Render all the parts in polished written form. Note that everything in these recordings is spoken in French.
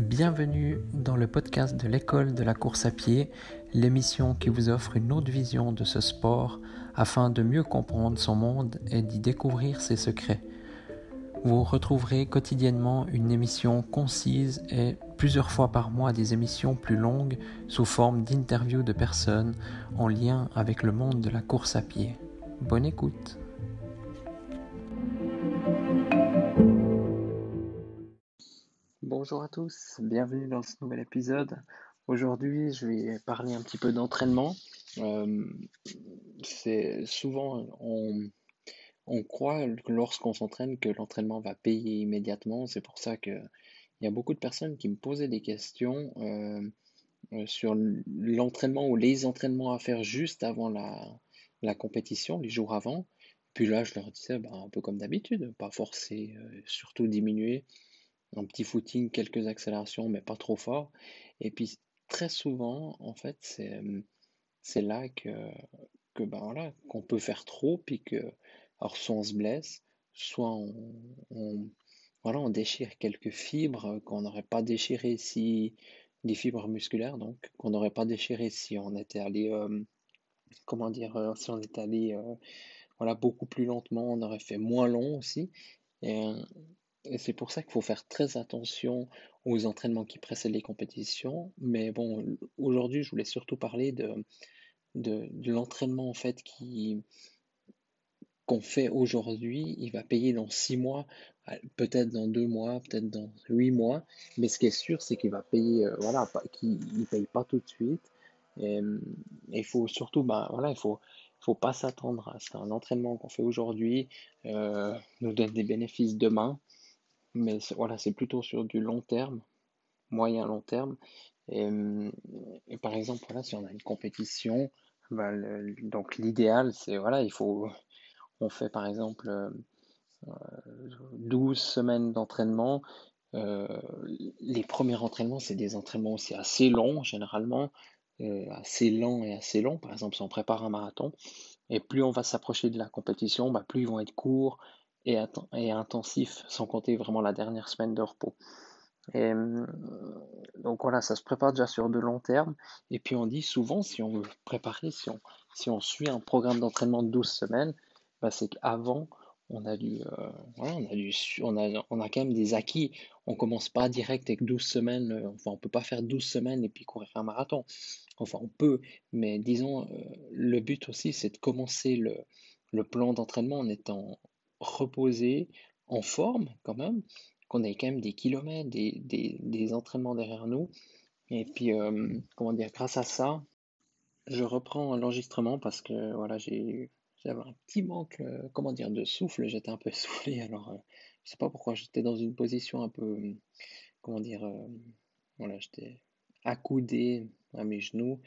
Bienvenue dans le podcast de l'école de la course à pied, l'émission qui vous offre une autre vision de ce sport afin de mieux comprendre son monde et d'y découvrir ses secrets. Vous retrouverez quotidiennement une émission concise et plusieurs fois par mois des émissions plus longues sous forme d'interviews de personnes en lien avec le monde de la course à pied. Bonne écoute! Bonjour à tous, bienvenue dans ce nouvel épisode. Aujourd'hui, je vais parler un petit peu d'entraînement. C'est souvent, on croit que lorsqu'on s'entraîne que l'entraînement va payer immédiatement. C'est pour ça que il y a beaucoup de personnes qui me posaient des questions sur l'entraînement ou les entraînements à faire juste avant la compétition, les jours avant. Puis là, je leur disais, un peu comme d'habitude, pas forcer, surtout diminuer. Un petit footing, quelques accélérations, mais pas trop fort. Et puis très souvent, en fait, c'est là que voilà, qu'on peut faire trop, puis que alors soit on se blesse, soit voilà, on déchire quelques fibres qu'on n'aurait pas déchirées si des fibres musculaires, donc qu'on n'aurait pas déchirées si on était allé si on était allé voilà, beaucoup plus lentement, on aurait fait moins long aussi. Et, euh, et c'est pour ça qu'il faut faire très attention aux entraînements qui précèdent les compétitions. Mais bon, aujourd'hui, je voulais surtout parler de l'entraînement en fait qu'on fait aujourd'hui. Il va payer dans 6 mois, peut-être dans 2 mois, peut-être dans 8 mois. Mais ce qui est sûr, c'est qu'il va payer, voilà, qu'il ne paye pas tout de suite. Et, il faut surtout, voilà, il faut pas s'attendre à ce qu'un entraînement qu'on fait aujourd'hui nous donne des bénéfices demain. Mais voilà, c'est plutôt sur du long terme, moyen long terme. Et, et par exemple, voilà, si on a une compétition, donc l'idéal, c'est voilà, on fait par exemple 12 semaines d'entraînement. Euh, les premiers entraînements, c'est des entraînements aussi assez longs, généralement, assez lents et assez longs. Par exemple, si on prépare un marathon, et plus on va s'approcher de la compétition, plus ils vont être courts et intensifs, sans compter vraiment la dernière semaine de repos. Et, donc voilà, ça se prépare déjà sur de long terme. Et puis on dit souvent, si on veut préparer, si on suit un programme d'entraînement de 12 semaines, c'est qu'avant, on a dû, voilà, on a quand même des acquis. On commence pas direct avec 12 semaines, enfin on peut pas faire 12 semaines et puis courir un marathon. Enfin on peut, mais disons, le but aussi c'est de commencer le plan d'entraînement en étant reposé, en forme quand même, qu'on ait quand même des kilomètres, des entraînements derrière nous. Et puis, comment dire, grâce à ça, je reprends l'enregistrement parce que voilà, j'avais un petit manque, comment dire, de souffle. J'étais un peu essoufflé, alors je sais pas pourquoi. J'étais dans une position un peu, comment dire, voilà, j'étais accoudé à mes genoux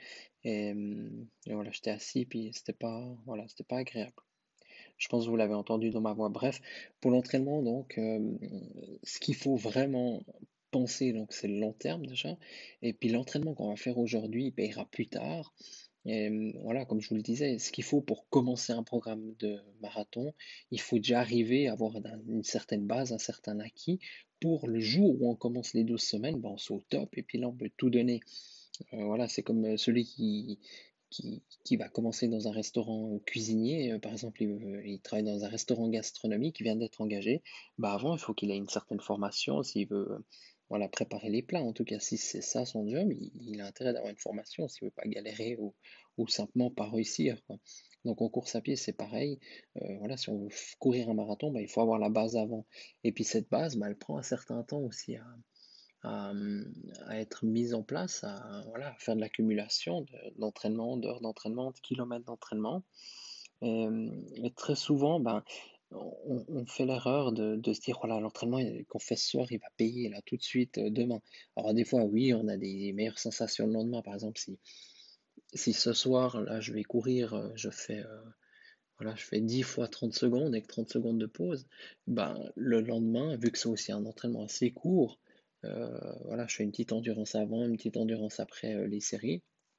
et voilà, j'étais assis, puis voilà, c'était pas agréable. Je pense que vous l'avez entendu dans ma voix. Bref, pour l'entraînement, donc, ce qu'il faut vraiment penser, donc, c'est le long terme déjà. Et puis l'entraînement qu'on va faire aujourd'hui, il payera plus tard. Et voilà, comme je vous le disais, ce qu'il faut pour commencer un programme de marathon, il faut déjà arriver à avoir une certaine base, un certain acquis. Pour le jour où on commence les 12 semaines, on soit au top et puis là, on peut tout donner. Voilà, c'est comme celui qui va commencer dans un restaurant cuisinier, par exemple, il travaille dans un restaurant gastronomique, il vient d'être engagé. Avant, il faut qu'il ait une certaine formation s'il veut voilà, préparer les plats. En tout cas, si c'est ça son job, il a intérêt d'avoir une formation s'il ne veut pas galérer ou simplement pas réussir, quoi. Donc en course à pied, c'est pareil. Voilà, si on veut courir un marathon, il faut avoir la base avant. Et puis cette base, elle prend un certain temps aussi à, à être mise en place, voilà, à faire de l'accumulation d'entraînement, d'heures d'entraînement, de kilomètres d'entraînement. Et très souvent, on fait l'erreur de se dire, voilà, l'entraînement qu'on fait ce soir, il va payer là tout de suite demain. Alors des fois, oui, on a des meilleures sensations le lendemain. Par exemple, si ce soir, là, je vais courir, voilà, je fais 10 fois 30 secondes avec 30 secondes de pause, le lendemain, vu que c'est aussi un entraînement assez court, voilà, je fais une petite endurance avant, une petite endurance après les séries.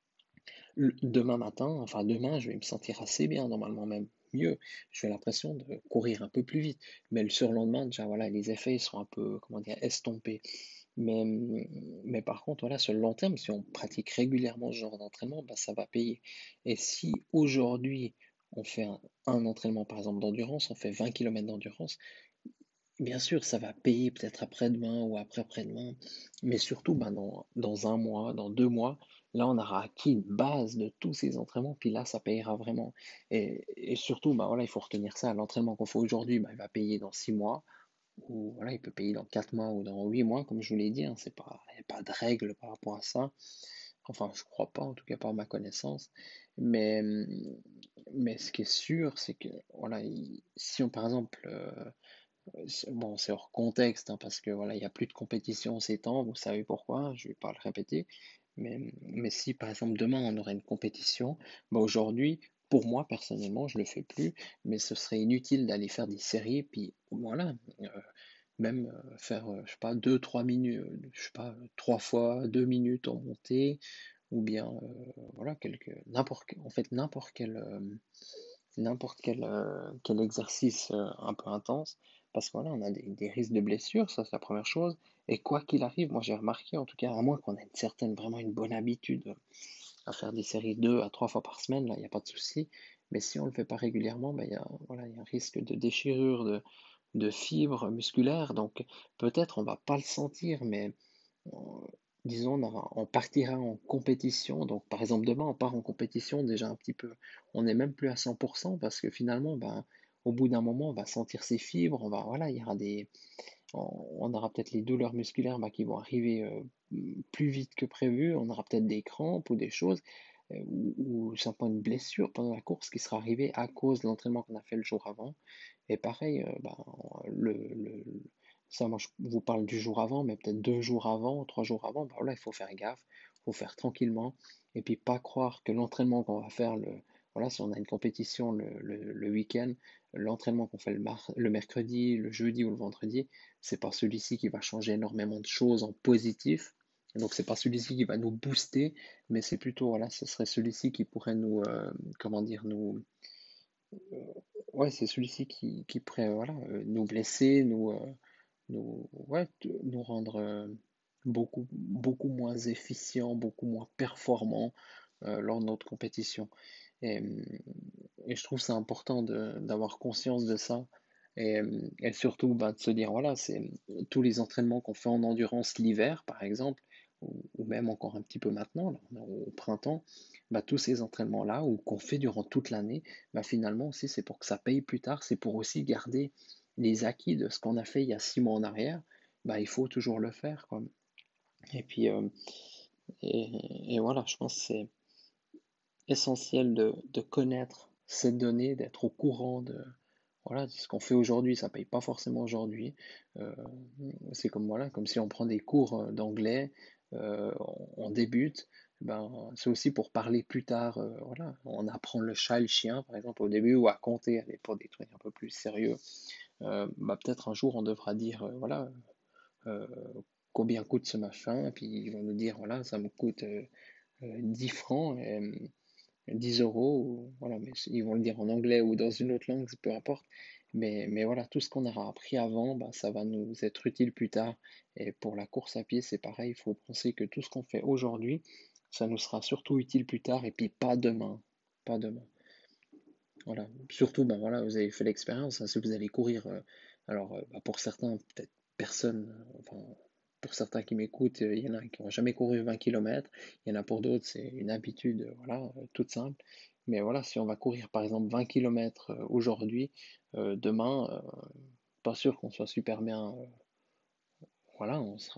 Demain matin, enfin demain, je vais me sentir assez bien, normalement même mieux. J'ai l'impression de courir un peu plus vite. Mais le surlendemain, déjà, voilà, les effets sont un peu, comment dire, estompés. Mais par contre, voilà, sur le long terme, si on pratique régulièrement ce genre d'entraînement, bah, ça va payer. Et si aujourd'hui, on fait un entraînement, par exemple, d'endurance, on fait 20 km d'endurance, bien sûr, ça va payer peut-être après-demain ou après-après-demain, mais surtout ben, dans un mois, dans 2 mois, là on aura acquis une base de tous ces entraînements, puis là ça payera vraiment. Et surtout, ben, voilà, il faut retenir ça, l'entraînement qu'on fait aujourd'hui, ben, il va payer dans 6 mois, ou voilà, il peut payer dans 4 mois ou dans 8 mois, comme je vous l'ai dit, hein, c'est pas, il n'y a pas de règle par rapport à ça. Enfin, je crois pas, en tout cas pas à ma connaissance. Mais, mais ce qui est sûr, c'est que voilà, si on par exemple bon, c'est hors contexte, hein, parce que voilà, il n'y a plus de compétition ces temps, vous savez pourquoi, je ne vais pas le répéter. Mais si par exemple demain on aurait une compétition, bah aujourd'hui, pour moi personnellement, je ne le fais plus, mais ce serait inutile d'aller faire des séries, puis voilà, même faire, je sais pas, 2, 3 minutes, je sais pas, 3 fois 2 minutes en montée, ou bien voilà, en fait n'importe quel exercice un peu intense, parce que voilà, on a des risques de blessures, ça c'est la première chose. Et quoi qu'il arrive, moi j'ai remarqué, en tout cas, à moins qu'on ait vraiment une bonne habitude à faire des séries 2 à 3 fois par semaine, là, il n'y a pas de souci. Mais si on ne le fait pas régulièrement, ben, voilà, il y a un risque de déchirure de fibres musculaires. Donc peut-être on va pas le sentir, mais on- disons, on partira en compétition. Donc, par exemple, demain, on part en compétition déjà un petit peu. On n'est même plus à 100% parce que finalement, ben, au bout d'un moment, on va sentir ses fibres. Voilà, il y aura on aura peut-être les douleurs musculaires bah, qui vont arriver plus vite que prévu. On aura peut-être des crampes ou des choses ou simplement une blessure pendant la course qui sera arrivée à cause de l'entraînement qu'on a fait le jour avant. Et pareil, ben, ça, moi, je vous parle du jour avant, mais peut-être 2 jours avant, 3 jours avant, ben voilà, il faut faire gaffe, il faut faire tranquillement, et puis pas croire que l'entraînement qu'on va faire, voilà, si on a une compétition le week-end, l'entraînement qu'on fait le mercredi, le jeudi ou le vendredi, c'est pas celui-ci qui va changer énormément de choses en positif. Donc c'est pas celui-ci qui va nous booster, mais c'est plutôt, voilà, ce serait celui-ci qui pourrait comment dire, ouais, c'est celui-ci qui pourrait voilà, nous blesser, ouais, nous rendre beaucoup moins efficients, beaucoup moins performants lors de notre compétition. Et, euh, et je trouve ça important d'avoir conscience de ça. Et surtout bah, de se dire, voilà, c'est tous les entraînements qu'on fait en endurance l'hiver, par exemple, ou même encore un petit peu maintenant, là, on est au printemps, bah, tous ces entraînements-là, ou qu'on fait durant toute l'année, bah, finalement aussi, c'est pour que ça paye plus tard, c'est pour aussi garder les acquis de ce qu'on a fait il y a 6 mois en arrière, bah, il faut toujours le faire, quoi. Et puis, et voilà, je pense que c'est essentiel de connaître ces données, d'être au courant voilà, ce qu'on fait aujourd'hui, ça paye pas forcément aujourd'hui. Euh, c'est comme, voilà, comme si on prend des cours d'anglais, on débute, ben, c'est aussi pour parler plus tard. Voilà, on apprend le chat et le chien, par exemple, au début, ou à compter, allez, pour des trucs un peu plus sérieux. Bah, peut-être un jour, on devra dire, voilà, euh, combien coûte ce machin, et puis ils vont nous dire, voilà, ça me coûte 10 francs. 10 euros, voilà, mais ils vont le dire en anglais ou dans une autre langue, peu importe. Mais voilà, tout ce qu'on aura appris avant, bah, ça va nous être utile plus tard. Et pour la course à pied, c'est pareil, il faut penser que tout ce qu'on fait aujourd'hui, ça nous sera surtout utile plus tard et puis pas demain. Pas demain. Voilà. Surtout, ben voilà, vous avez fait l'expérience, hein, si vous allez courir, alors bah, pour certains, peut-être personne, enfin, pour certains qui m'écoutent, il y en a qui n'ont jamais couru 20 km, il y en a pour d'autres, c'est une habitude, voilà, toute simple. Mais voilà, si on va courir par exemple 20 km aujourd'hui, demain, pas sûr qu'on soit super bien, voilà, on sera,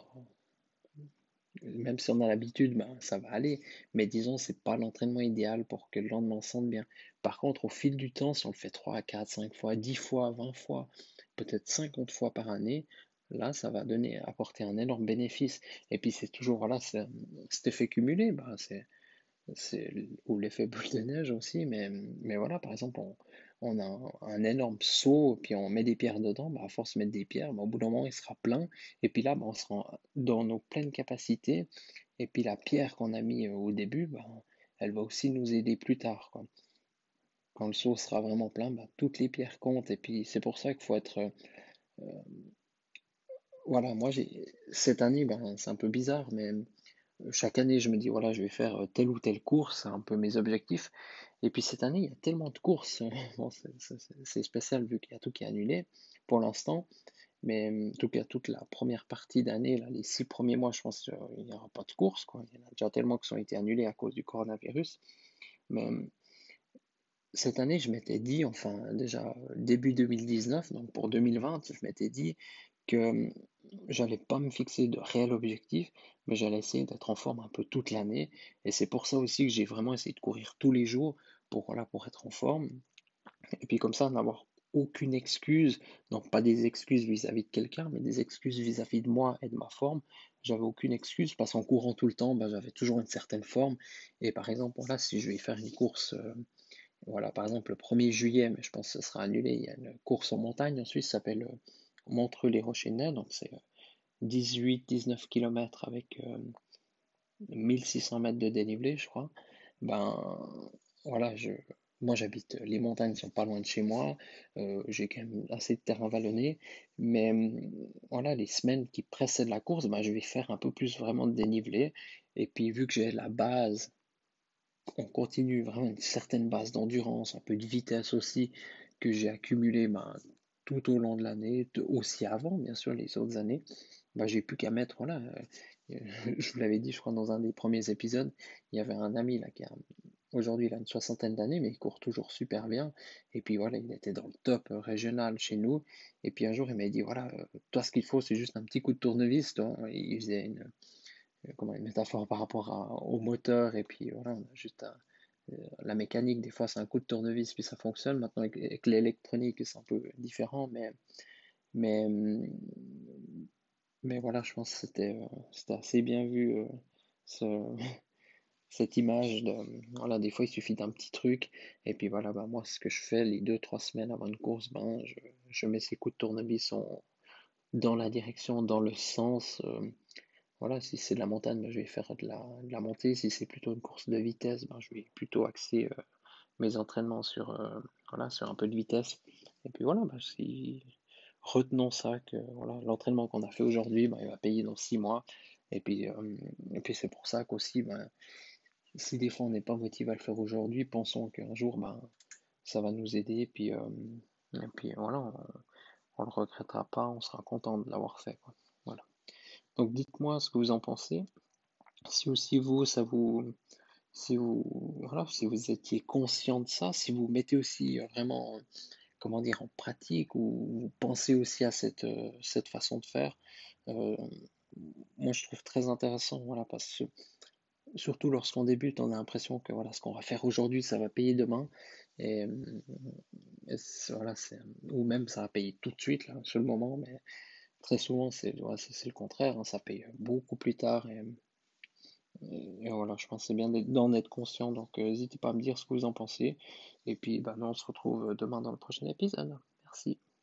même si on a l'habitude, ben, ça va aller. Mais disons, c'est pas l'entraînement idéal pour que le lendemain on se sente bien. Par contre, au fil du temps, si on le fait 3, 4, 5 fois, 10 fois, 20 fois, peut-être 50 fois par année, là, ça va apporter un énorme bénéfice. Et puis c'est toujours, voilà, cet effet cumulé, ben, ou l'effet boule de neige aussi, mais voilà, par exemple, on a un énorme seau, puis on met des pierres dedans, bah, à force de mettre des pierres, bah, au bout d'un moment, il sera plein, et puis là, bah, on sera dans nos pleines capacités, et puis la pierre qu'on a mis au début, bah, elle va aussi nous aider plus tard, quoi. Quand le seau sera vraiment plein, bah, toutes les pierres comptent, et puis c'est pour ça qu'il faut être voilà, moi cette année, ben, c'est un peu bizarre, mais chaque année, je me dis, voilà, je vais faire telle ou telle course, c'est un peu mes objectifs. Et puis cette année, il y a tellement de courses. Bon, c'est spécial vu qu'il y a tout qui est annulé pour l'instant. Mais en tout cas, toute la première partie d'année, là, les 6 premiers mois, je pense qu'il n'y aura pas de course, quoi. Il y en a déjà tellement qui ont été annulés à cause du coronavirus. Mais cette année, je m'étais dit, enfin déjà début 2019, donc pour 2020, je m'étais dit que j'allais pas me fixer de réels objectifs, mais j'allais essayer d'être en forme un peu toute l'année. Et c'est pour ça aussi que j'ai vraiment essayé de courir tous les jours pour, voilà, pour être en forme. Et puis comme ça, n'avoir aucune excuse, donc pas des excuses vis-à-vis de quelqu'un, mais des excuses vis-à-vis de moi et de ma forme. J'avais aucune excuse parce qu'en courant tout le temps, ben, j'avais toujours une certaine forme. Et par exemple, voilà, si je vais faire une course, voilà, par exemple le 1er juillet, mais je pense que ce sera annulé, il y a une course en montagne en Suisse, ça s'appelle Montreux-les-Rochers-Nez, donc c'est 18-19 km avec 1600 mètres de dénivelé, je crois. Ben voilà, moi j'habite, les montagnes sont pas loin de chez moi, j'ai quand même assez de terrain vallonné, mais voilà, les semaines qui précèdent la course, ben, je vais faire un peu plus vraiment de dénivelé. Et puis vu que j'ai la base, on continue vraiment une certaine base d'endurance, un peu de vitesse aussi, que j'ai accumulé ben, tout au long de l'année, aussi avant, bien sûr, les autres années, ben, j'ai plus qu'à mettre, voilà, je vous l'avais dit, je crois, dans un des premiers épisodes, il y avait un ami là qui a, aujourd'hui, il a une soixantaine d'années, mais il court toujours super bien. Et puis voilà, il était dans le top régional chez nous. Et puis un jour, il m'a dit, voilà, toi, ce qu'il faut, c'est juste un petit coup de tournevis. Toi. Il faisait comment, une métaphore par rapport au moteur. Et puis voilà, on a juste la mécanique, des fois, c'est un coup de tournevis, puis ça fonctionne. Maintenant, avec l'électronique, c'est un peu différent. Mais, mais voilà, je pense que c'était assez bien vu, ce, cette image de, voilà, des fois il suffit d'un petit truc, et puis voilà, bah, moi ce que je fais les 2-3 semaines avant une course, ben, je mets ces coups de tournevis dans la direction, dans le sens, voilà, si c'est de la montagne, ben, je vais faire de la montée, si c'est plutôt une course de vitesse, ben, je vais plutôt axer mes entraînements sur, voilà, sur un peu de vitesse, et puis voilà, ben, si, retenons ça, que voilà, l'entraînement qu'on a fait aujourd'hui, ben, il va payer dans 6 mois, et puis c'est pour ça qu'aussi, ben, si des fois on n'est pas motivé à le faire aujourd'hui, pensons qu'un jour, ben, ça va nous aider, et puis voilà, on le regrettera pas, on sera content de l'avoir fait, quoi. Voilà. Donc dites-moi ce que vous en pensez. Si aussi vous, si vous, voilà, si vous étiez conscient de ça, si vous mettez aussi vraiment, comment dire, en pratique, ou vous pensez aussi à cette façon de faire, euh, moi je trouve très intéressant, voilà, parce que surtout lorsqu'on débute, on a l'impression que voilà, ce qu'on va faire aujourd'hui, ça va payer demain. Et, voilà, ou même ça va payer tout de suite, là, sur le moment, mais très souvent, voilà, c'est le contraire, hein, ça paye beaucoup plus tard. Et voilà, je pense que c'est bien d'en être conscient. Donc, n'hésitez pas à me dire ce que vous en pensez. Et puis, bah, nous, on se retrouve demain dans le prochain épisode. Merci.